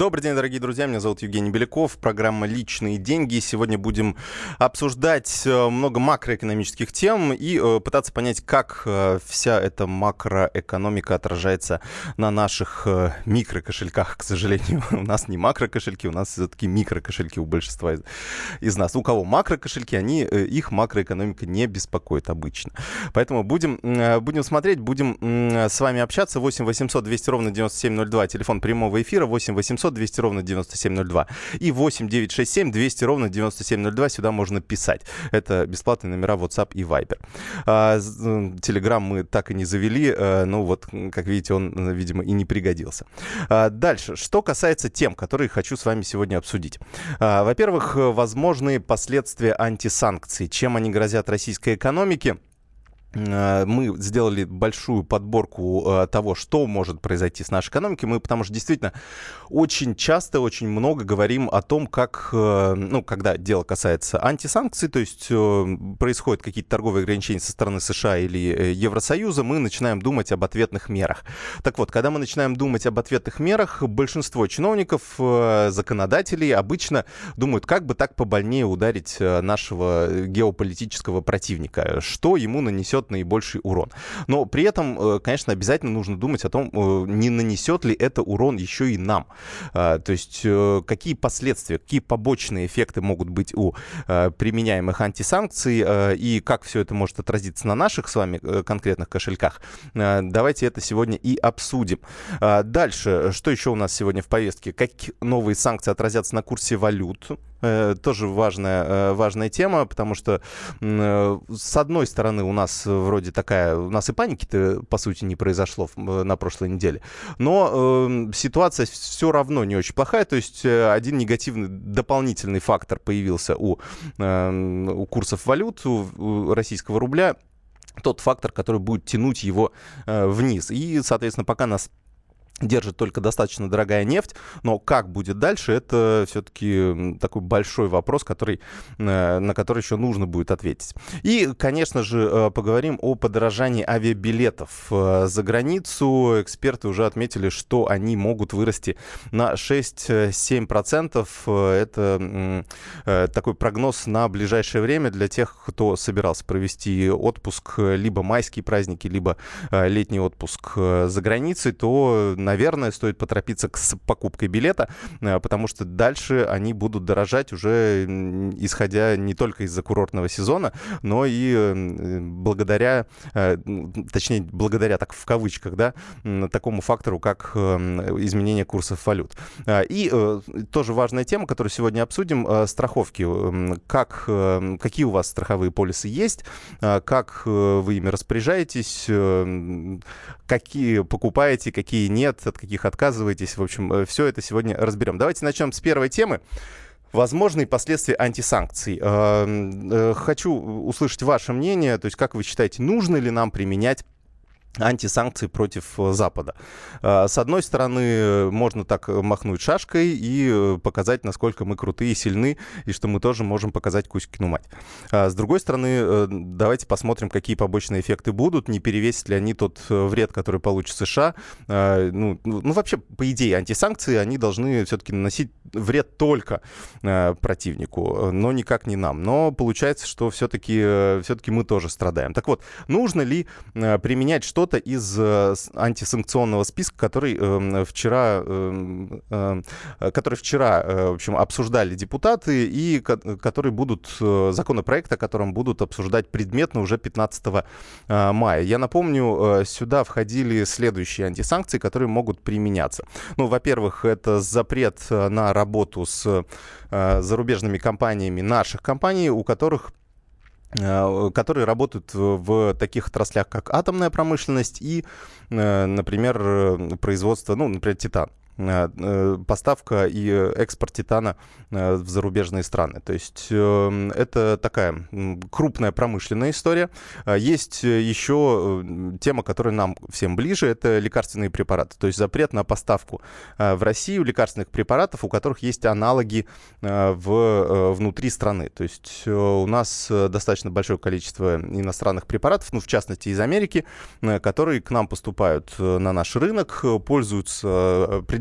Добрый день, дорогие друзья. Меня зовут Евгений Беляков. Программа «Личные деньги». Сегодня будем обсуждать много макроэкономических тем и пытаться понять, как вся эта макроэкономика отражается на наших микрокошельках. К сожалению, у нас не макрокошельки, у нас все-таки микрокошельки у большинства из нас. У кого макрокошельки, их макроэкономика не беспокоит обычно. Поэтому будем смотреть, будем с вами общаться. 8 800 200 ровно 9702. Телефон прямого эфира 8 800 200 ровно 9702 и 8 967 200 ровно 9702. Сюда можно писать. Это бесплатные номера WhatsApp и Viber. Telegram мы так и не завели. Ну вот, как видите, он, видимо, и не пригодился. Дальше. Что касается тем, которые хочу с вами сегодня обсудить. Во-первых, возможные последствия антисанкций. Чем они грозят российской экономике? Мы сделали большую подборку того, что может произойти с нашей экономикой. Потому что действительно очень часто, очень много говорим о том, как, когда дело касается антисанкций, то есть происходят какие-то торговые ограничения со стороны США или Евросоюза, мы начинаем думать об ответных мерах. Так вот, когда мы начинаем думать об ответных мерах, большинство чиновников, законодателей обычно думают, как бы так побольнее ударить нашего геополитического противника, что ему нанесет наибольший урон. Но при этом, конечно, обязательно нужно думать о том, не нанесет ли это урон еще и нам. То есть какие последствия, какие побочные эффекты могут быть у применяемых антисанкций и как все это может отразиться на наших с вами конкретных кошельках. Давайте это сегодня и обсудим. Дальше, что еще у нас сегодня в повестке? Как новые санкции отразятся на курсе валют? Тоже важная тема, потому что, с одной стороны, у нас вроде у нас и паники-то, по сути, не произошло на прошлой неделе, но ситуация все равно не очень плохая, то есть один негативный дополнительный фактор появился у курсов валют, у российского рубля, тот фактор, который будет тянуть его вниз. И, соответственно, пока нас держит только достаточно дорогая нефть, но как будет дальше, это все-таки такой большой вопрос, на который еще нужно будет ответить. И, конечно же, поговорим о подорожании авиабилетов за границу. Эксперты уже отметили, что они могут вырасти на 6-7%. Это такой прогноз на ближайшее время для тех, кто собирался провести отпуск, либо майские праздники, либо летний отпуск за границей, то, наверное, стоит поторопиться с покупкой билета, потому что дальше они будут дорожать уже исходя не только из-за курортного сезона, но и благодаря так в кавычках, да, такому фактору, как изменение курсов валют. И тоже важная тема, которую сегодня обсудим, страховки. Какие у вас страховые полисы есть, как вы ими распоряжаетесь, какие покупаете, какие нет, от каких отказываетесь. В общем, все это сегодня разберем. Давайте начнем с первой темы. Возможные последствия антисанкций. Хочу услышать ваше мнение. То есть, как вы считаете, нужно ли нам применять антисанкции против Запада? С одной стороны, можно так махнуть шашкой и показать, насколько мы крутые и сильны, и что мы тоже можем показать Кузькину мать. С другой стороны, давайте посмотрим, какие побочные эффекты будут, не перевесит ли они тот вред, который получит США. Вообще, по идее, антисанкции, они должны все-таки наносить вред только противнику, но никак не нам. Но получается, что все-таки мы тоже страдаем. Так вот, нужно ли применять что-то из антисанкционного списка, который вчера, в общем, обсуждали депутаты и законопроект, о котором будут обсуждать предметно уже 15 мая. Я напомню, сюда входили следующие антисанкции, которые могут применяться. Во-первых, это запрет на работу с зарубежными компаниями наших компаний, которые работают в таких отраслях, как атомная промышленность и, например, производство, например, титан. Поставка и экспорт титана в зарубежные страны. То есть это такая крупная промышленная история. Есть еще тема, которая нам всем ближе, это лекарственные препараты. То есть запрет на поставку в Россию лекарственных препаратов, у которых есть аналоги внутри страны. То есть у нас достаточно большое количество иностранных препаратов, в частности из Америки, которые к нам поступают на наш рынок, пользуются определенным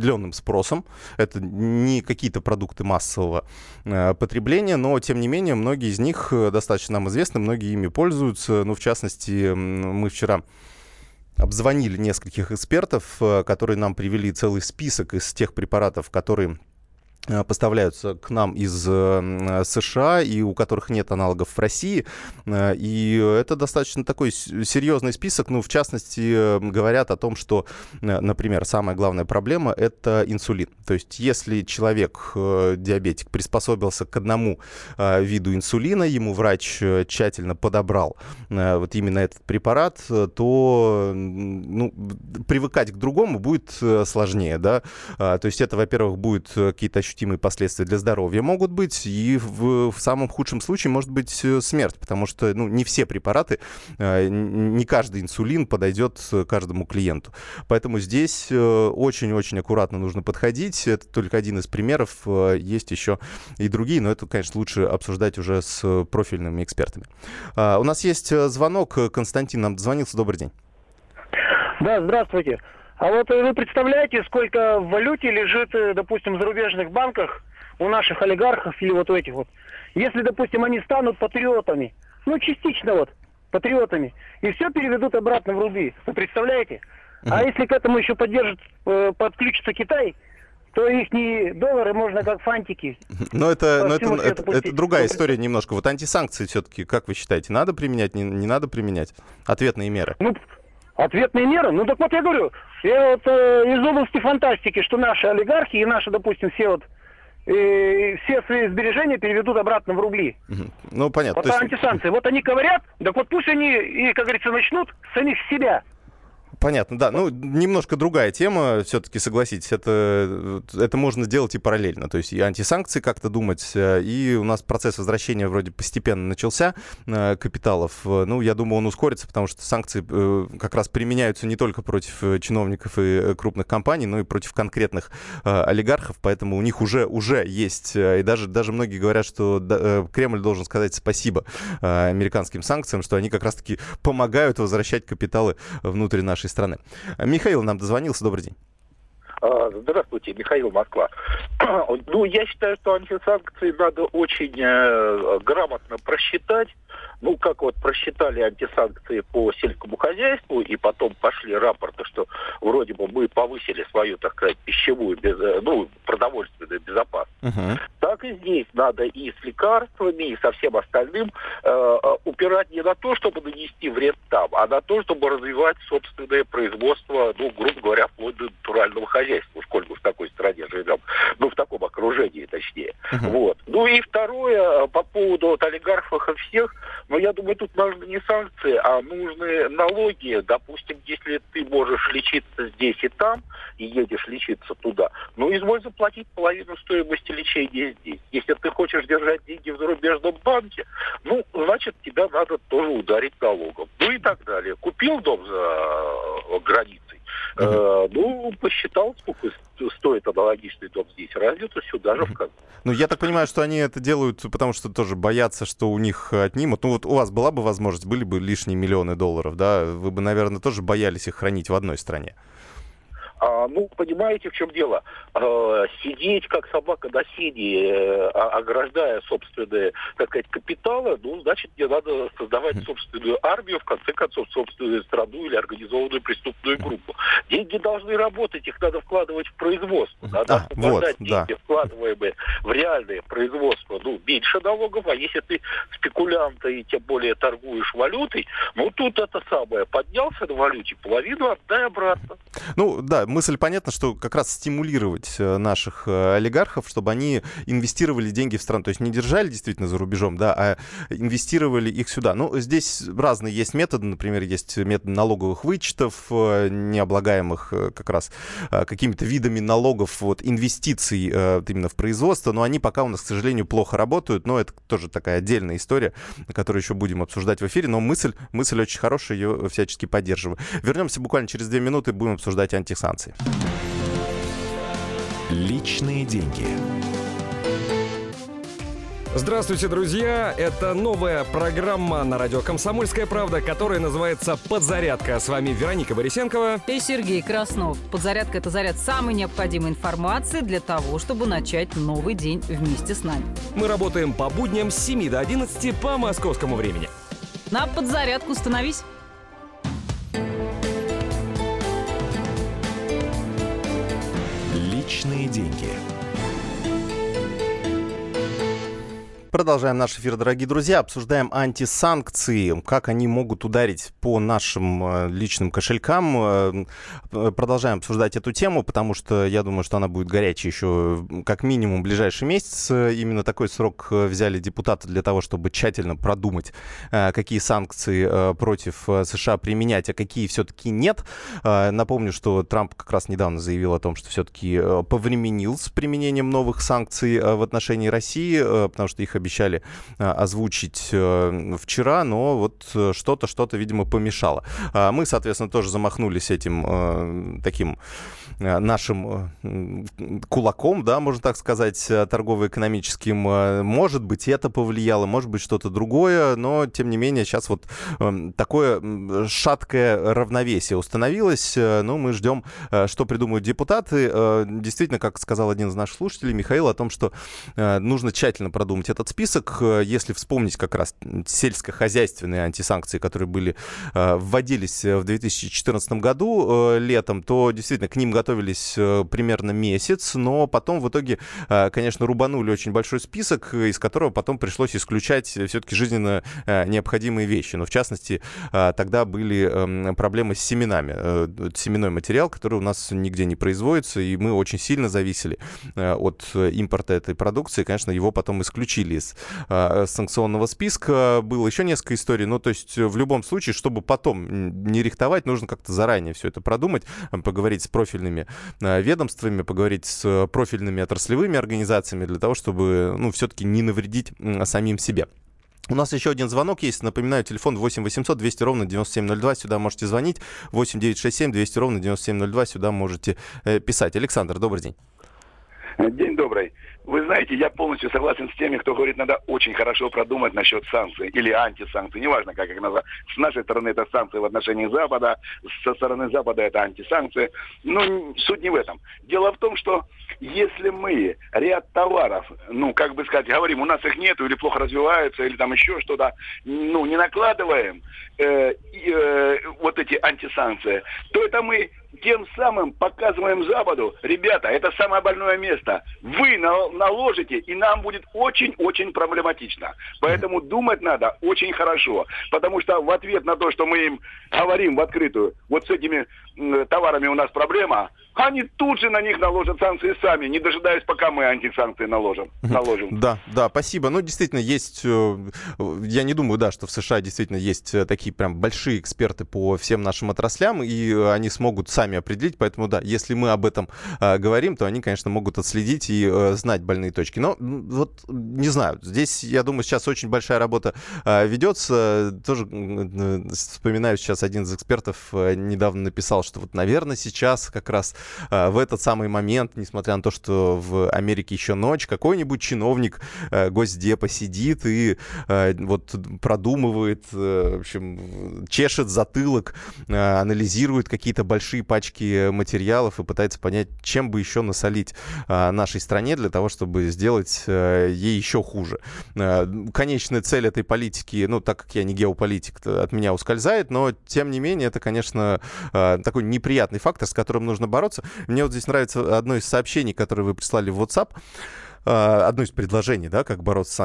определенным спросом. Это не какие-то продукты массового потребления, но, тем не менее, многие из них достаточно нам известны, многие ими пользуются. Ну, в частности, мы вчера обзвонили нескольких экспертов, которые нам привели целый список из тех препаратов, которые поставляются к нам из США и у которых нет аналогов в России. И это достаточно такой серьезный список. Ну, в частности, говорят о том, что, например, самая главная проблема — это инсулин. То есть если человек, диабетик, приспособился к одному виду инсулина, ему врач тщательно подобрал вот именно этот препарат, то привыкать к другому будет сложнее, да. То есть это, во-первых, будет какие-то ощутимые последствия для здоровья могут быть, и в самом худшем случае может быть смерть, потому что не все препараты, не каждый инсулин подойдет каждому клиенту. Поэтому здесь очень-очень аккуратно нужно подходить. Это только один из примеров, есть еще и другие, но это, конечно, лучше обсуждать уже с профильными экспертами. У нас есть звонок, Константин нам дозвонился, добрый день. Да, здравствуйте. А вот вы представляете, сколько в валюте лежит, допустим, в зарубежных банках у наших олигархов или вот у этих вот. Если, допустим, они станут патриотами, частично патриотами, и все переведут обратно в рубли. Вы представляете? А если к этому еще подключится Китай, то их доллары можно как фантики. Но это другая история немножко. Вот антисанкции все-таки, как вы считаете, надо применять, не надо применять? Ответные меры. Ответные меры? Так вот я говорю, я из области фантастики, что наши олигархи и наши, допустим, все свои сбережения переведут обратно в рубли. Ну, понятно. Вот антисанкции. Вот они говорят, так вот пусть они, и, как говорится, начнут с самих себя. Понятно, да. Немножко другая тема, все-таки, согласитесь, это можно делать и параллельно. То есть и антисанкции как-то думать, и у нас процесс возвращения вроде постепенно начался капиталов. Я думаю, он ускорится, потому что санкции как раз применяются не только против чиновников и крупных компаний, но и против конкретных олигархов, поэтому у них уже есть, и даже многие говорят, что Кремль должен сказать спасибо американским санкциям, что они как раз-таки помогают возвращать капиталы внутрь нашей страны. Михаил нам дозвонился. Добрый день. Здравствуйте, Михаил, Москва. Я считаю, что антисанкции надо очень грамотно просчитать. Как просчитали антисанкции по сельскому хозяйству, и потом пошли рапорты, что вроде бы мы повысили свою, так сказать, пищевую, продовольственную безопасность. Так и здесь надо и с лекарствами, и со всем остальным упирать не на то, чтобы нанести вред там, а на то, чтобы развивать собственное производство, грубо говоря, вплоть до натурального хозяйства, сколь мы в такой стране живем, в таком окружении, точнее. И второе, по поводу олигархов и всех, я думаю, тут нужны не санкции, а нужны налоги. Допустим, если ты можешь лечиться здесь и там, и едешь лечиться туда, изволь заплатить половину стоимости лечения здесь. Если ты хочешь держать деньги в зарубежном банке, значит, тебя надо тоже ударить налогом. И так далее. Купил дом за границей, посчитал, сколько стоит аналогичный дом здесь, разницу сюда же в казну. Я так понимаю, что они это делают, потому что тоже боятся, что у них отнимут. У вас была бы возможность, были бы лишние миллионы долларов, да? Вы бы, наверное, тоже боялись их хранить в одной стране. Понимаете, в чем дело? Сидеть, как собака на сене, ограждая собственные, так сказать, капиталы, значит, мне надо создавать собственную армию, в конце концов, собственную страну или организованную преступную группу. Деньги должны работать, их надо вкладывать в производство. Надо освобождать деньги, вкладываемые в реальное производство, меньше налогов, а если ты спекулянт и тем более торгуешь валютой, тут это самое, поднялся на валюте, половину отдай обратно. Да, мысль понятна, что как раз стимулировать наших олигархов, чтобы они инвестировали деньги в страну. То есть не держали действительно за рубежом, да, а инвестировали их сюда. Здесь разные есть методы. Например, есть метод налоговых вычетов, необлагаемых как раз какими-то видами налогов, инвестиций именно в производство. Но они пока у нас, к сожалению, плохо работают. Но это тоже такая отдельная история, которую еще будем обсуждать в эфире. Но мысль очень хорошая, ее всячески поддерживаю. Вернемся буквально через 2 минуты, будем обсуждать антисанкции. Личные деньги. Здравствуйте, друзья! Это новая программа на радио «Комсомольская правда», которая называется «Подзарядка». С вами Вероника Борисенкова и Сергей Краснов. Подзарядка — это заряд самой необходимой информации для того, чтобы начать новый день вместе с нами. Мы работаем по будням с 7 до 11 по московскому времени. На подзарядку становись. Личные деньги. Продолжаем наш эфир, дорогие друзья. Обсуждаем антисанкции, как они могут ударить по нашим личным кошелькам. Продолжаем обсуждать эту тему, потому что я думаю, что она будет горячей еще как минимум ближайший месяц. Именно такой срок взяли депутаты для того, чтобы тщательно продумать, какие санкции против США применять, а какие все-таки нет. Напомню, что Трамп как раз недавно заявил о том, что все-таки повременил с применением новых санкций в отношении России, потому что их обещали озвучить вчера, но вот что-то, видимо, помешало. Мы, соответственно, тоже замахнулись этим таким нашим кулаком, да, можно так сказать, торгово-экономическим. Может быть, это повлияло, может быть, что-то другое, но, тем не менее, сейчас вот такое шаткое равновесие установилось. Ну, мы ждем, что придумают депутаты. Действительно, как сказал один из наших слушателей, Михаил, о том, что нужно тщательно продумать этот список. Если вспомнить как раз сельскохозяйственные антисанкции, которые вводились в 2014 году летом, то действительно к ним готовились примерно месяц, но потом в итоге, конечно, рубанули очень большой список, из которого потом пришлось исключать все-таки жизненно необходимые вещи. Но в частности, тогда были проблемы с семенами. Семенной материал, который у нас нигде не производится, и мы очень сильно зависели от импорта этой продукции. Конечно, его потом исключили из санкционного списка. Было еще несколько историй. Ну, то есть в любом случае, чтобы потом не рихтовать, нужно как-то заранее все это продумать, поговорить с профильными ведомствами, поговорить с профильными отраслевыми организациями для того, чтобы, ну, все-таки не навредить самим себе. У нас еще один звонок есть. Напоминаю, телефон 8 800 200 ровно 9702. Сюда можете звонить. 8 967 200 ровно 9702. Сюда можете писать. Александр, добрый день. День добрый. Вы знаете, я полностью согласен с теми, кто говорит, надо очень хорошо продумать насчет санкций или антисанкций, неважно, как их назвать. С нашей стороны это санкции в отношении Запада, со стороны Запада это антисанкции. Но суть не в этом. Дело в том, что если мы ряд товаров, ну, как бы сказать, говорим, у нас их нету, или плохо развиваются, или там еще что-то, ну, не накладываем вот эти антисанкции, то это мы тем самым показываем Западу, ребята, это самое больное место. Вы наложите, и нам будет очень-очень проблематично. Поэтому думать надо очень хорошо. Потому что в ответ на то, что мы им говорим в открытую, вот с этими товарами у нас проблема, они тут же на них наложат санкции сами, не дожидаясь, пока мы антисанкции наложим. Да, спасибо. Ну, действительно, есть... Я не думаю, да, что в США действительно есть такие прям большие эксперты по всем нашим отраслям, и они смогут сами определить. Поэтому, да, если мы об этом говорим, то они, конечно, могут отследить и знать больные точки. Но вот, не знаю, здесь, я думаю, сейчас очень большая работа ведется. Тоже вспоминаю, сейчас один из экспертов недавно написал, что вот, наверное, сейчас как раз в этот самый момент, несмотря на то, что в Америке еще ночь, какой-нибудь чиновник Госдепа сидит и вот продумывает, в общем, чешет затылок, анализирует какие-то большие пачки материалов и пытается понять, чем бы еще насолить нашей стране для того, чтобы сделать ей еще хуже. Конечная цель этой политики, ну, так как я не геополитик, от меня ускользает, но, тем не менее, это, конечно, такой неприятный фактор, с которым нужно бороться. Мне вот здесь нравится одно из сообщений, которое вы прислали в WhatsApp. Одно из предложений, да, как бороться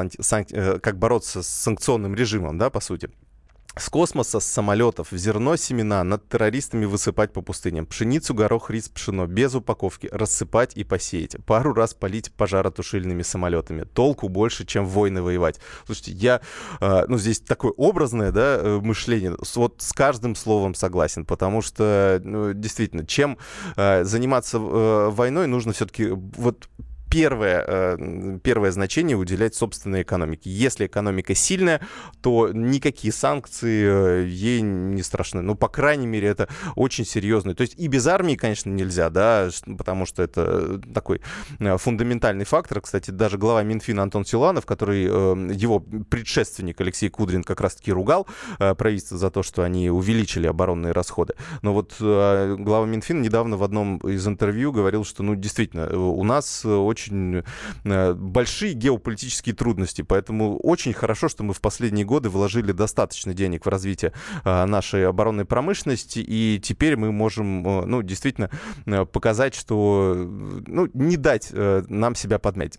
с санкционным режимом, да, по сути. С космоса, с самолетов, зерно, семена над террористами высыпать по пустыням. Пшеницу, горох, рис, пшено без упаковки рассыпать и посеять. Пару раз полить пожаротушильными самолетами. Толку больше, чем войны воевать. Слушайте, я, здесь такое образное, да, мышление. Вот с каждым словом согласен, потому что, действительно, чем заниматься войной, нужно все-таки вот первое значение уделять собственной экономике. Если экономика сильная, то никакие санкции ей не страшны. Ну, по крайней мере, это очень серьезно. То есть и без армии, конечно, нельзя, да, потому что это такой фундаментальный фактор. Кстати, даже глава Минфина Антон Силуанов, который его предшественник Алексей Кудрин как раз-таки ругал правительство за то, что они увеличили оборонные расходы. Но вот глава Минфина недавно в одном из интервью говорил, что, ну, действительно, у нас очень большие геополитические трудности, поэтому очень хорошо, что мы в последние годы вложили достаточно денег в развитие нашей оборонной промышленности, и теперь мы можем, ну, действительно показать, что, ну, не дать нам себя подмять.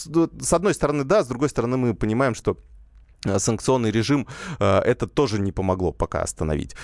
С одной стороны, да, с другой стороны, мы понимаем, что санкционный режим это тоже не помогло пока остановить.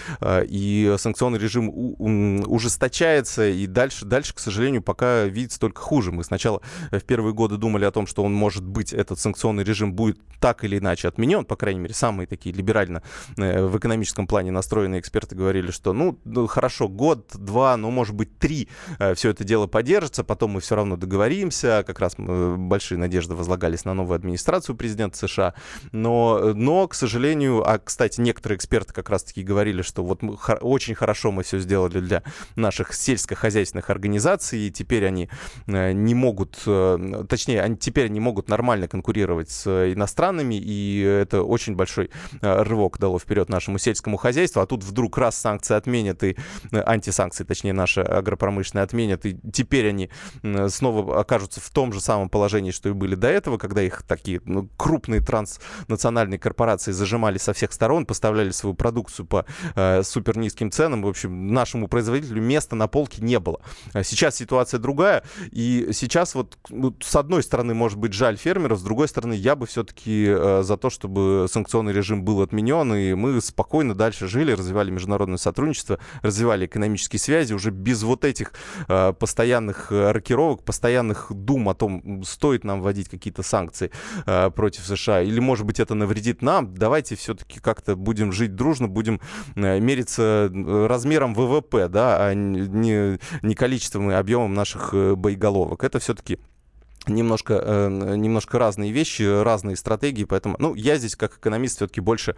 И санкционный режим ужесточается, и дальше, к сожалению, пока видится только хуже. Мы сначала в первые годы думали о том, что он может быть, этот санкционный режим будет так или иначе отменен, по крайней мере, самые такие либерально в экономическом плане настроенные эксперты говорили, что, ну, хорошо, год, два, ну, может быть, 3 все это дело поддержится, потом мы все равно договоримся. Как раз большие надежды возлагались на новую администрацию президента США, но, к сожалению, кстати, некоторые эксперты как раз-таки говорили, что вот очень хорошо мы все сделали для наших сельскохозяйственных организаций, и теперь они не могут, точнее, теперь они могут нормально конкурировать с иностранными, и это очень большой рывок дало вперед нашему сельскому хозяйству, а тут вдруг раз санкции отменят, и антисанкции, точнее, наши агропромышленные отменят, и теперь они снова окажутся в том же самом положении, что и были до этого, когда их такие крупные транснациональные корпорации зажимали со всех сторон, поставляли свою продукцию по супер низким ценам. В общем, нашему производителю места на полке не было. Сейчас ситуация другая, и сейчас вот с одной стороны, может быть, жаль фермеров, с другой стороны, я бы все-таки за то, чтобы санкционный режим был отменен, и мы спокойно дальше жили, развивали международное сотрудничество, развивали экономические связи, уже без вот этих постоянных рокировок, постоянных дум о том, стоит нам вводить какие-то санкции против США, или, может быть, это навредит нам. Давайте все-таки как-то будем жить дружно, будем мериться размером ВВП, да, а не количеством и объемом наших боеголовок. Это все-таки немножко разные вещи, разные стратегии, поэтому, ну, я здесь как экономист все-таки больше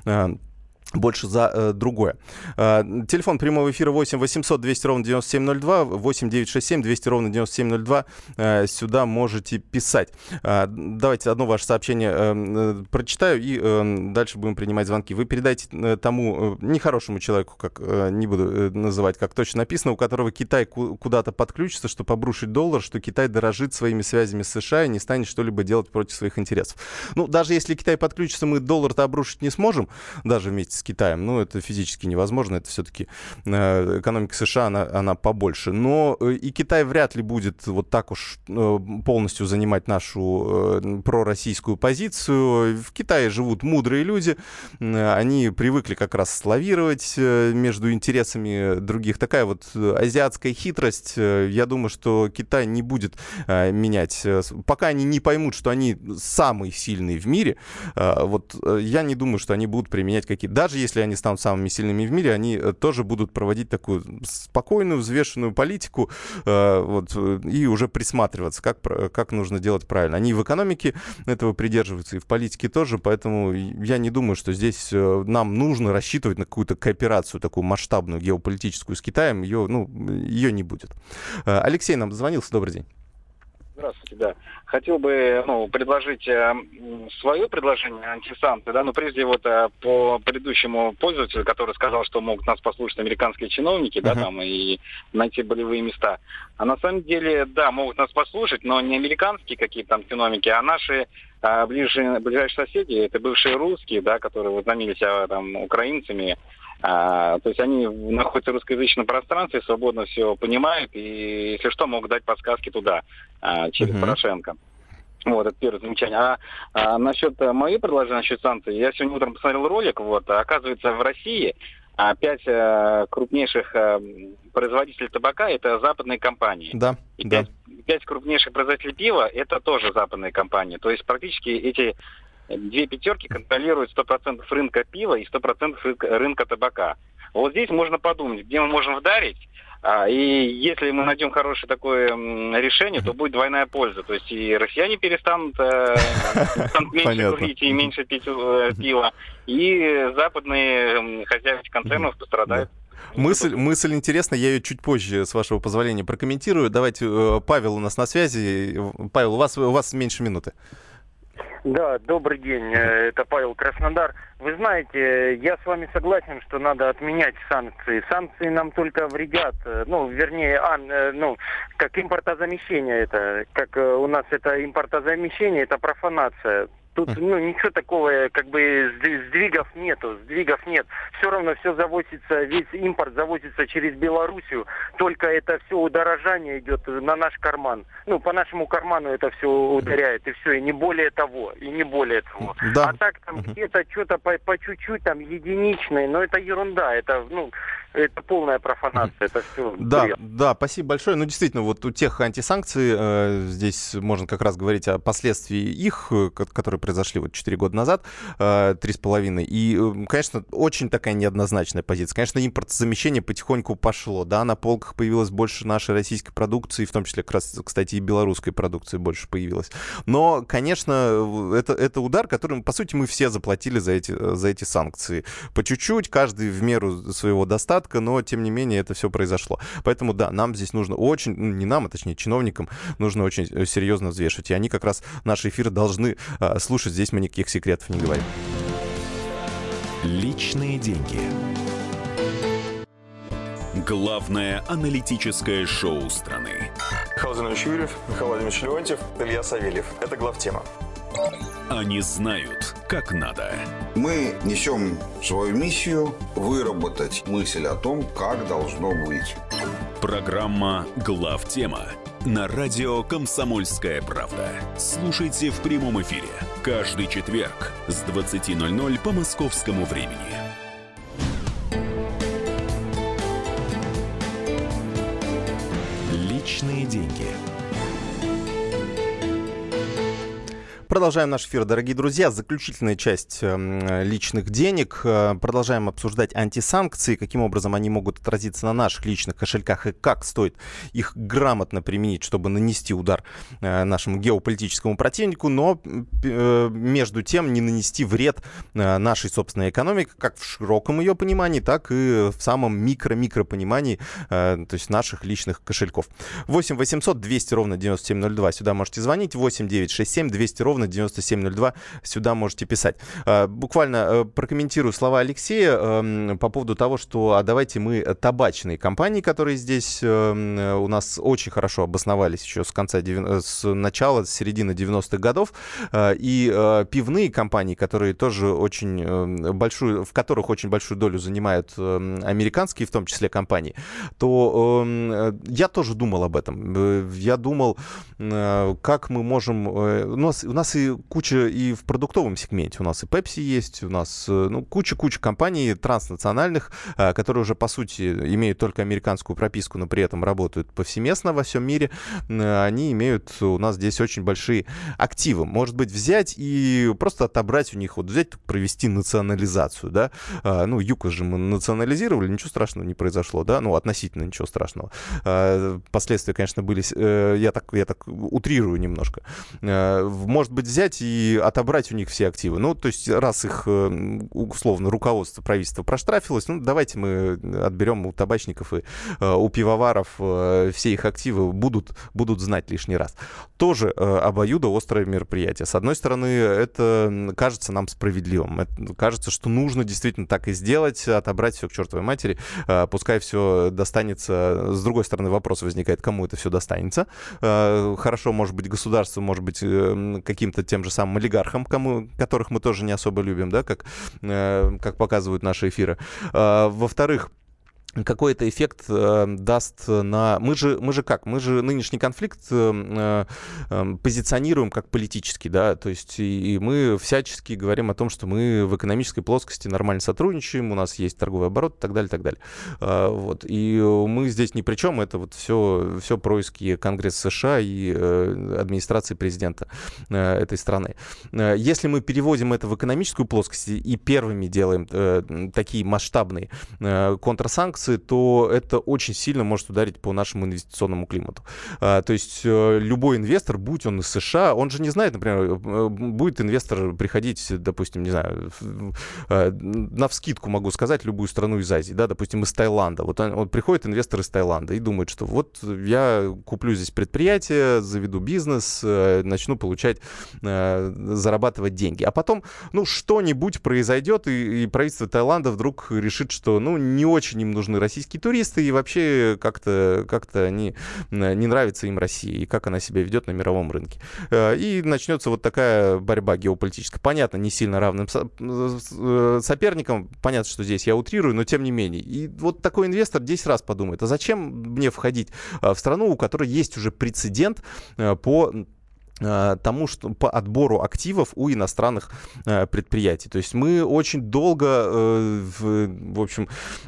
за другое. Телефон прямого эфира 8 800 200 ровно 9702, 8 967 200 ровно 9702. Сюда можете писать. Давайте одно ваше сообщение прочитаю, и дальше будем принимать звонки. Вы передайте тому нехорошему человеку, как не буду называть, как точно написано, у которого Китай куда-то подключится, чтобы обрушить доллар, что Китай дорожит своими связями с США и не станет что-либо делать против своих интересов. Ну, даже если Китай подключится, мы доллар-то обрушить не сможем, даже вместе с Китаем. Ну, это физически невозможно. Это все-таки экономика США, она побольше. Но и Китай вряд ли будет вот так уж полностью занимать нашу пророссийскую позицию. В Китае живут мудрые люди. Они привыкли как раз лавировать между интересами других. Такая вот азиатская хитрость. Я думаю, что Китай не будет менять. Пока они не поймут, что они самые сильные в мире, вот я не думаю, что они будут применять какие-то... Даже если они станут самыми сильными в мире, они тоже будут проводить такую спокойную, взвешенную политику и уже присматриваться, как нужно делать правильно. Они и в экономике этого придерживаются, и в политике тоже, поэтому я не думаю, что здесь нам нужно рассчитывать на какую-то кооперацию, такую масштабную геополитическую с Китаем. Ее не будет. Алексей нам дозвонился. Добрый день. Здравствуйте, да. Хотел бы предложить свое предложение антисанкции, да, но прежде вот по предыдущему пользователю, который сказал, что могут нас послушать американские чиновники, да, там и найти болевые места. А на самом деле, да, могут нас послушать, но не американские какие-то там чиновники, а наши ближайшие соседи, это бывшие русские, да, которые возомнили себя там украинцами. То есть они находятся в русскоязычном пространстве, свободно все понимают, и, если что, могут дать подсказки туда, через Порошенко. Вот, это первое замечание. А насчет моего предложения, насчет санкций, я сегодня утром посмотрел ролик, оказывается, в России 5 крупнейших производителей табака — это западные компании. Да, и 5 крупнейших производителей пива — это тоже западные компании. То есть практически эти 2 пятерки контролируют 100% рынка пива и 100% рынка табака. Вот здесь можно подумать, где мы можем вдарить, И если мы найдем хорошее такое решение, то будет двойная польза. То есть и россияне перестанут меньше курить и меньше пить пива, и западные хозяева концернов пострадают. Мысль интересная, я ее чуть позже, с вашего позволения, прокомментирую. Давайте, Павел у нас на связи. Павел, у вас меньше минуты. Да, добрый день, это Павел, Краснодар. Вы знаете, я с вами согласен, что надо отменять санкции. Санкции нам только вредят, как импортозамещение это, как у нас это импортозамещение, это профанация. Тут, ничего такого, сдвигов нет. Все равно все завозится, весь импорт завозится через Белоруссию, только это все удорожание идет на наш карман. По нашему карману это все ударяет, и все, и не более того. Да. А так там где-то что-то по чуть-чуть, там, единичное, но это ерунда, это полная профанация, это все. Да, спасибо большое. Действительно, вот у тех антисанкций, здесь можно как раз говорить о последствиях их, которые произошли 4 года назад, 3,5. И, конечно, очень такая неоднозначная позиция. Конечно, импортозамещение потихоньку пошло. Да, на полках появилось больше нашей российской продукции, в том числе, как раз, кстати, и белорусской продукции больше появилось. Но, конечно, это удар, которым, по сути, мы все заплатили за эти санкции. По чуть-чуть, каждый в меру своего достатка, но, тем не менее, это все произошло. Поэтому, да, нам здесь нужно очень, не нам, а точнее чиновникам, нужно очень серьезно взвешивать. И они как раз наши эфиры должны слушать. Здесь мы никаких секретов не говорим. Личные деньги. Главное аналитическое шоу страны. Михаил Зинович Юрьев, Михаил Владимирович Леонтьев, Илья Савельев. Это главтема. Они знают, как надо. Мы несем свою миссию выработать мысль о том, как должно быть. Программа «Главтема» на радио «Комсомольская правда». Слушайте в прямом эфире каждый четверг с 20:00 по московскому времени. Личные деньги. Продолжаем наш эфир, дорогие друзья. Заключительная часть личных денег. Продолжаем обсуждать антисанкции, каким образом они могут отразиться на наших личных кошельках и как стоит их грамотно применить, чтобы нанести удар нашему геополитическому противнику, но между тем не нанести вред нашей собственной экономике, как в широком ее понимании, так и в самом микро-понимании, то есть наших личных кошельков. 8 800 200 ровно 9702. Сюда можете звонить. 8 967 200 ровно 9702. Сюда можете писать. Буквально прокомментирую слова Алексея по поводу того, что давайте мы табачные компании, которые здесь у нас очень хорошо обосновались еще с середины 90-х годов, и пивные компании, которые тоже в которых очень большую долю занимают американские, в том числе, компании, то я тоже думал об этом. Я думал, как мы можем... У нас и куча и в продуктовом сегменте. У нас и Pepsi есть, у нас куча компаний транснациональных, которые уже, по сути, имеют только американскую прописку, но при этом работают повсеместно во всем мире. Они имеют у нас здесь очень большие активы. Может быть, взять и просто отобрать у них, взять, провести национализацию, да? ЮКОС же мы национализировали, ничего страшного не произошло, да? Относительно ничего страшного. Последствия, конечно, были... Я так утрирую немножко. Может быть, взять и отобрать у них все активы. То есть, раз их, условно, руководство правительства проштрафилось, давайте мы отберем у табачников и у пивоваров все их активы, будут знать лишний раз. Тоже обоюдоострое мероприятие. С одной стороны, это кажется нам справедливым. Кажется, что нужно действительно так и сделать, отобрать все к чертовой матери, пускай все достанется. С другой стороны, вопрос возникает, кому это все достанется. Хорошо, может быть, государству, может быть, каким-то тем же самым олигархам, которых мы тоже не особо любим, да, как показывают наши эфиры. Во-вторых, какой-то эффект даст на... Мы же нынешний конфликт позиционируем как политический, да, то есть и мы всячески говорим о том, что мы в экономической плоскости нормально сотрудничаем, у нас есть торговый оборот и так далее, и так далее. И мы здесь ни при чем, это все происки Конгресса США и администрации президента этой страны. Если мы переводим это в экономическую плоскость и первыми делаем такие масштабные контрсанкции, санкции, то это очень сильно может ударить по нашему инвестиционному климату. То есть любой инвестор, будь он из США, он же не знает, например, будет инвестор приходить, допустим, не знаю, навскидку могу сказать, любую страну из Азии, да, допустим, из Таиланда. Вот он приходит инвестор из Таиланда и думает, что вот я куплю здесь предприятие, заведу бизнес, начну получать, зарабатывать деньги. А потом, ну, что-нибудь произойдет, и правительство Таиланда вдруг решит, что, ну, не очень им нужны российские туристы, и вообще как-то они, не нравится им Россия, и как она себя ведет на мировом рынке. И начнется вот такая борьба геополитическая. Понятно, не сильно равным соперникам, понятно, что здесь я утрирую, но тем не менее. И вот такой инвестор 10 раз подумает, а зачем мне входить в страну, у которой есть уже прецедент по тому, что по отбору активов у иностранных предприятий. То есть мы очень долго, в общем,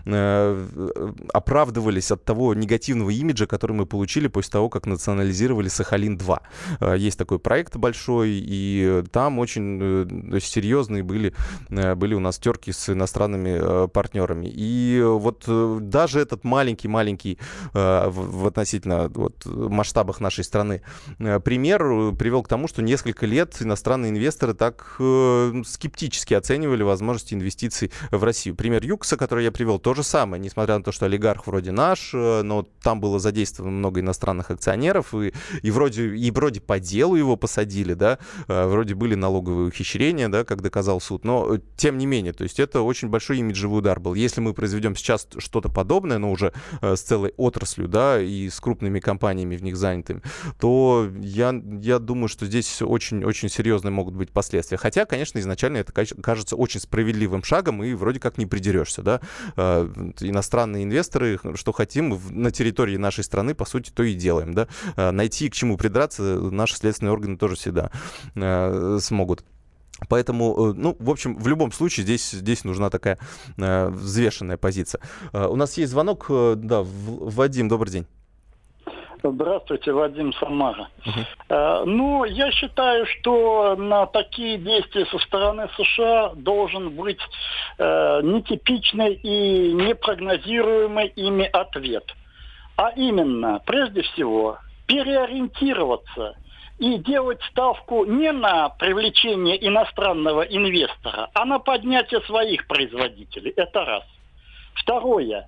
оправдывались от того негативного имиджа, который мы получили после того, как национализировали Сахалин-2. Есть такой проект большой, и там очень серьезные были у нас терки с иностранными партнерами. И вот даже этот маленький в относительно вот масштабах нашей страны пример привел к тому, что несколько лет иностранные инвесторы так скептически оценивали возможности инвестиций в Россию. Пример ЮКСа, который я привел, то же самое. Несмотря на то, что олигарх вроде наш, но там было задействовано много иностранных акционеров, и вроде по делу его посадили, да, вроде были налоговые ухищрения, да, как доказал суд, но тем не менее, то есть это очень большой имиджевый удар был. Если мы произведем сейчас что-то подобное, но уже с целой отраслью, да, и с крупными компаниями в них занятыми, то я думаю, что здесь очень-очень серьезные могут быть последствия. Хотя, конечно, изначально это кажется очень справедливым шагом, и вроде как не придерешься, да. Иностранные инвесторы, что хотим, на территории нашей страны, по сути, то и делаем, да. Найти к чему придраться наши следственные органы тоже всегда смогут. Поэтому, ну, в общем, в любом случае здесь нужна такая взвешенная позиция. У нас есть звонок. Да, Вадим, добрый день. Здравствуйте, Вадим, Самара. Ну, я считаю, что на такие действия со стороны США должен быть нетипичный и непрогнозируемый ими ответ. А именно, прежде всего, переориентироваться и делать ставку не на привлечение иностранного инвестора, а на поднятие своих производителей. Это раз. Второе.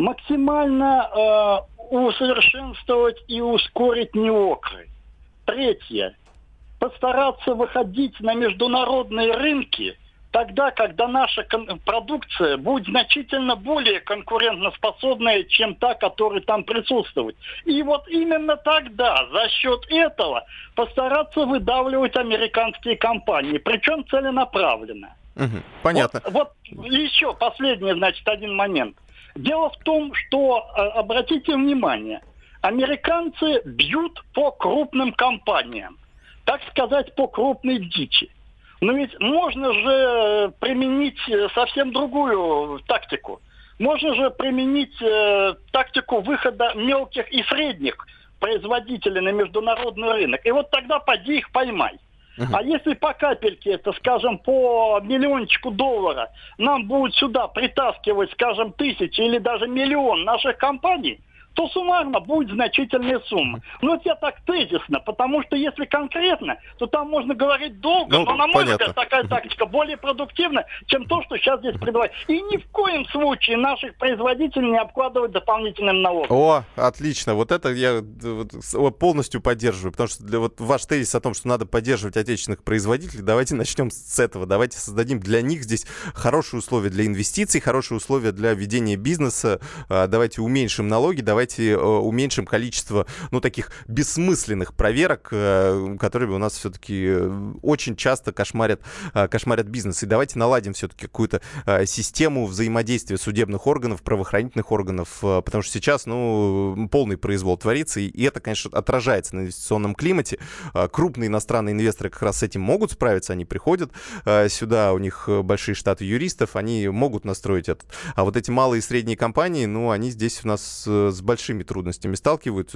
Максимально усовершенствовать и ускорить неокры. Третье. Постараться выходить на международные рынки тогда, когда наша продукция будет значительно более конкурентоспособная, чем та, которая там присутствует. И вот именно тогда, за счет этого, постараться выдавливать американские компании, причем целенаправленно. Понятно. Вот еще последний, значит, один момент. Дело в том, что, обратите внимание, американцы бьют по крупным компаниям, так сказать, по крупной дичи. Но ведь можно же применить совсем другую тактику. Можно же применить тактику выхода мелких и средних производителей на международный рынок. И вот тогда поди их поймай. А если по капельке, это, скажем, по миллиончику доллара нам будут сюда притаскивать, скажем, 1000 или даже миллион наших компаний, то суммарно будет значительная сумма. Но это я так тезисно, потому что если конкретно, то там можно говорить долго, но, на мой взгляд, такая тактика более продуктивна, чем то, что сейчас здесь предлагают. И ни в коем случае наших производителей не обкладывать дополнительным налогом. О, отлично. Вот это я полностью поддерживаю, потому что вот ваш тезис о том, что надо поддерживать отечественных производителей, давайте начнем с этого. Давайте создадим для них здесь хорошие условия для инвестиций, хорошие условия для ведения бизнеса. Давайте уменьшим налоги, давайте уменьшим количество, ну, таких бессмысленных проверок, которые у нас все-таки очень часто кошмарят бизнес. И давайте наладим все-таки какую-то систему взаимодействия судебных органов, правоохранительных органов, потому что сейчас, ну, полный произвол творится, и это, конечно, отражается на инвестиционном климате. Крупные иностранные инвесторы как раз с этим могут справиться, они приходят сюда, у них большие штаты юристов, они могут настроить это. А вот эти малые и средние компании, ну, они здесь у нас с большими трудностями сталкиваются.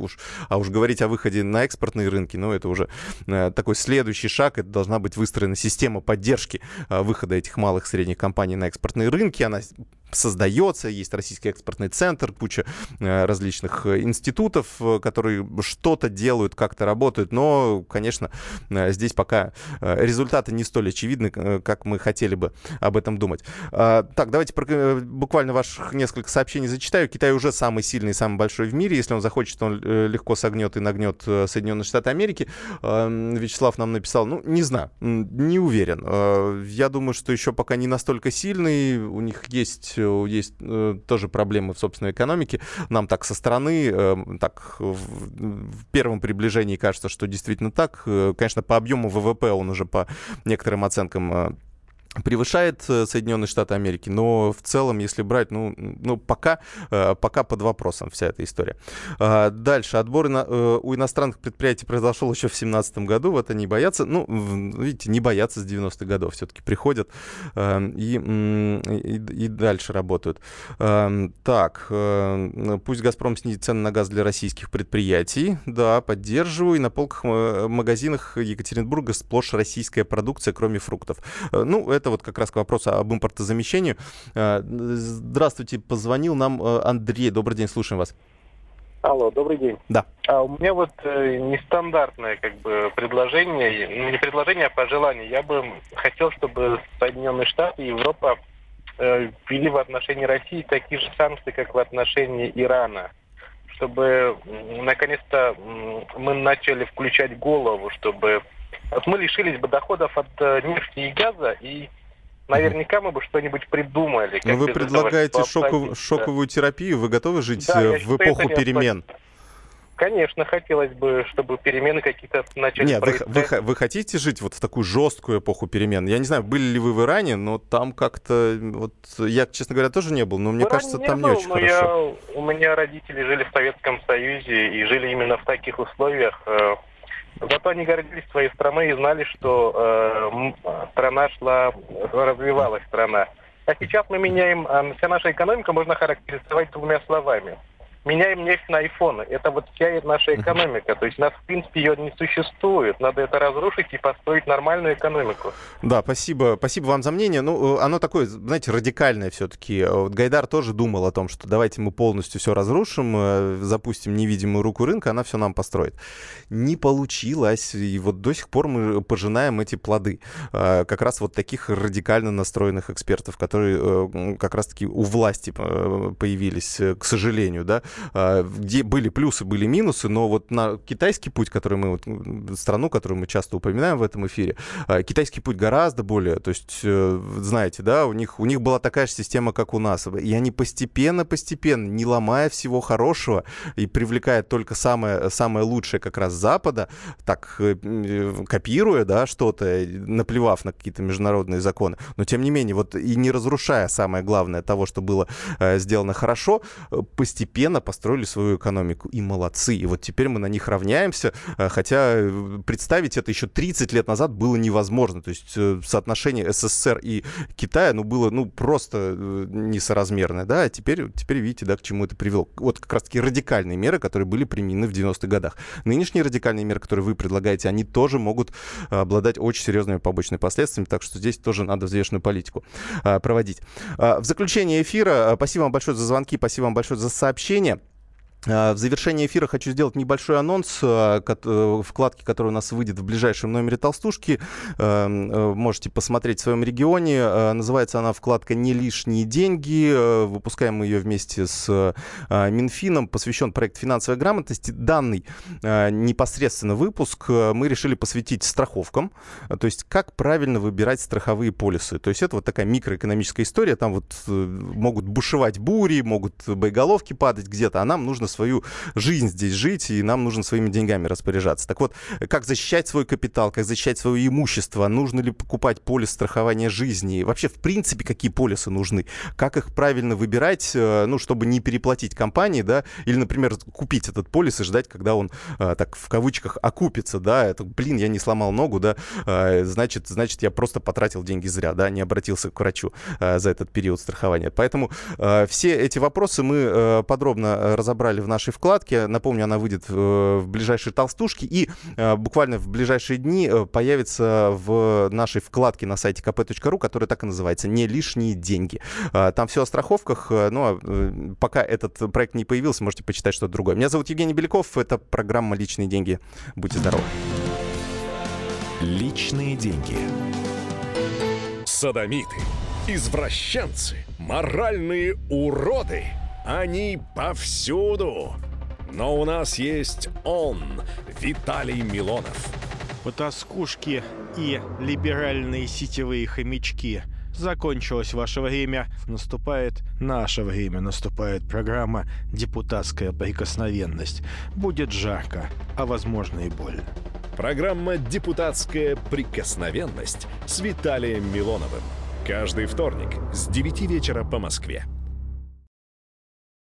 А уж говорить о выходе на экспортные рынки, ну, это уже такой следующий шаг. Это должна быть выстроена система поддержки выхода этих малых и средних компаний на экспортные рынки. Она создается, есть Российский экспортный центр, куча различных институтов, которые что-то делают, как-то работают, но, конечно, здесь пока результаты не столь очевидны, как мы хотели бы об этом думать. Так, давайте буквально ваших несколько сообщений зачитаю. Китай уже самый сильный, самый большой в мире. Если он захочет, он легко согнет и нагнет Соединенные Штаты Америки. Вячеслав нам написал, не знаю, не уверен. Я думаю, что еще пока не настолько сильный. У них есть тоже проблемы в собственной экономике. Нам так со стороны, так в первом приближении кажется, что действительно так. Конечно, по объему ВВП он уже по некоторым оценкам превышает Соединенные Штаты Америки, но в целом, если брать, пока под вопросом вся эта история. Дальше. Отбор у иностранных предприятий произошел еще в 2017 году, вот они боятся. Видите, не боятся с 90-х годов, все-таки приходят и дальше работают. Так, пусть «Газпром» снизит цены на газ для российских предприятий. Да, поддерживаю. И на полках магазинах Екатеринбурга сплошь российская продукция, кроме фруктов. Это вот как раз к вопросу об импортозамещении. Здравствуйте, позвонил нам Андрей. Добрый день, слушаем вас. Алло, добрый день. Да. У меня вот нестандартное предложение, не предложение, а пожелание. Я бы хотел, чтобы Соединенные Штаты и Европа ввели в отношении России такие же санкции, как в отношении Ирана. Чтобы наконец-то мы начали включать голову, чтобы мы лишились бы доходов от нефти и газа, и наверняка мы бы что-нибудь придумали. Вы предлагаете шоковую терапию? Вы готовы жить в эпоху перемен? Конечно, хотелось бы, чтобы перемены какие-то начали происходить. Вы хотите жить вот в такую жесткую эпоху перемен? Я не знаю, были ли вы в Иране, но там как-то... я, честно говоря, тоже не был, но мне кажется, там не очень хорошо. У меня родители жили в Советском Союзе и жили именно в таких условиях. Зато они гордились своей страной и знали, что страна развивалась страна. А сейчас мы меняем, вся наша экономика можно характеризовать двумя словами. Меняем нефть на айфоны. Это вот вся наша экономика. То есть у нас, в принципе, ее не существует. Надо это разрушить и построить нормальную экономику. Да, спасибо. Спасибо вам за мнение. Оно такое, знаете, радикальное все-таки. Вот Гайдар тоже думал о том, что давайте мы полностью все разрушим, запустим невидимую руку рынка, она все нам построит. Не получилось. И вот до сих пор мы пожинаем эти плоды. Как раз вот таких радикально настроенных экспертов, которые как раз-таки у власти появились, к сожалению, да, где были плюсы, были минусы, но вот на китайский путь, страну, которую мы часто упоминаем в этом эфире, китайский путь гораздо более, то есть, знаете, да, у них была такая же система, как у нас, и они постепенно, не ломая всего хорошего и привлекая только самое лучшее как раз Запада, так копируя, да, что-то, наплевав на какие-то международные законы, но тем не менее, вот и не разрушая самое главное того, что было сделано хорошо, постепенно построили свою экономику. И молодцы. И вот теперь мы на них равняемся, хотя представить это еще 30 лет назад было невозможно. То есть соотношение СССР и Китая, было, просто несоразмерное. Да? А теперь видите, да, к чему это привело. Вот как раз-таки радикальные меры, которые были применены в 90-х годах. Нынешние радикальные меры, которые вы предлагаете, они тоже могут обладать очень серьезными побочными последствиями, так что здесь тоже надо взвешенную политику проводить. В заключение эфира, спасибо вам большое за звонки, спасибо вам большое за сообщения. В завершении эфира хочу сделать небольшой анонс вкладки, которая у нас выйдет в ближайшем номере «Толстушки». Можете посмотреть в своем регионе. Называется она вкладка «Не лишние деньги». Выпускаем мы ее вместе с Минфином. Посвящен проект финансовой грамотности. Данный непосредственно выпуск мы решили посвятить страховкам. То есть как правильно выбирать страховые полисы. То есть это вот такая микроэкономическая история. Там вот могут бушевать бури, могут боеголовки падать где-то, а нам нужно свою жизнь здесь жить, и нам нужно своими деньгами распоряжаться. Так вот, как защищать свой капитал, как защищать свое имущество, нужно ли покупать полис страхования жизни, вообще, в принципе, какие полисы нужны, как их правильно выбирать, чтобы не переплатить компании, да, или, например, купить этот полис и ждать, когда он, так, в кавычках, окупится, да, это, я не сломал ногу, да, значит, я просто потратил деньги зря, да, не обратился к врачу за этот период страхования. Поэтому все эти вопросы мы подробно разобрали указали в нашей вкладке. Напомню, она выйдет в ближайшие толстушки и буквально в ближайшие дни появится в нашей вкладке на сайте kp.ru, которая так и называется «Не лишние деньги». Там все о страховках, но пока этот проект не появился, можете почитать что-то другое. Меня зовут Евгений Беляков, это программа «Личные деньги». Будьте здоровы. Личные деньги. Содомиты, извращенцы, моральные уроды. Они повсюду. Но у нас есть он, Виталий Милонов. Потаскушки и либеральные сетевые хомячки. Закончилось ваше время, наступает наше время, наступает программа «Депутатская прикосновенность». Будет жарко, а возможно и больно. Программа «Депутатская прикосновенность» с Виталием Милоновым. Каждый вторник с 9 вечера по Москве.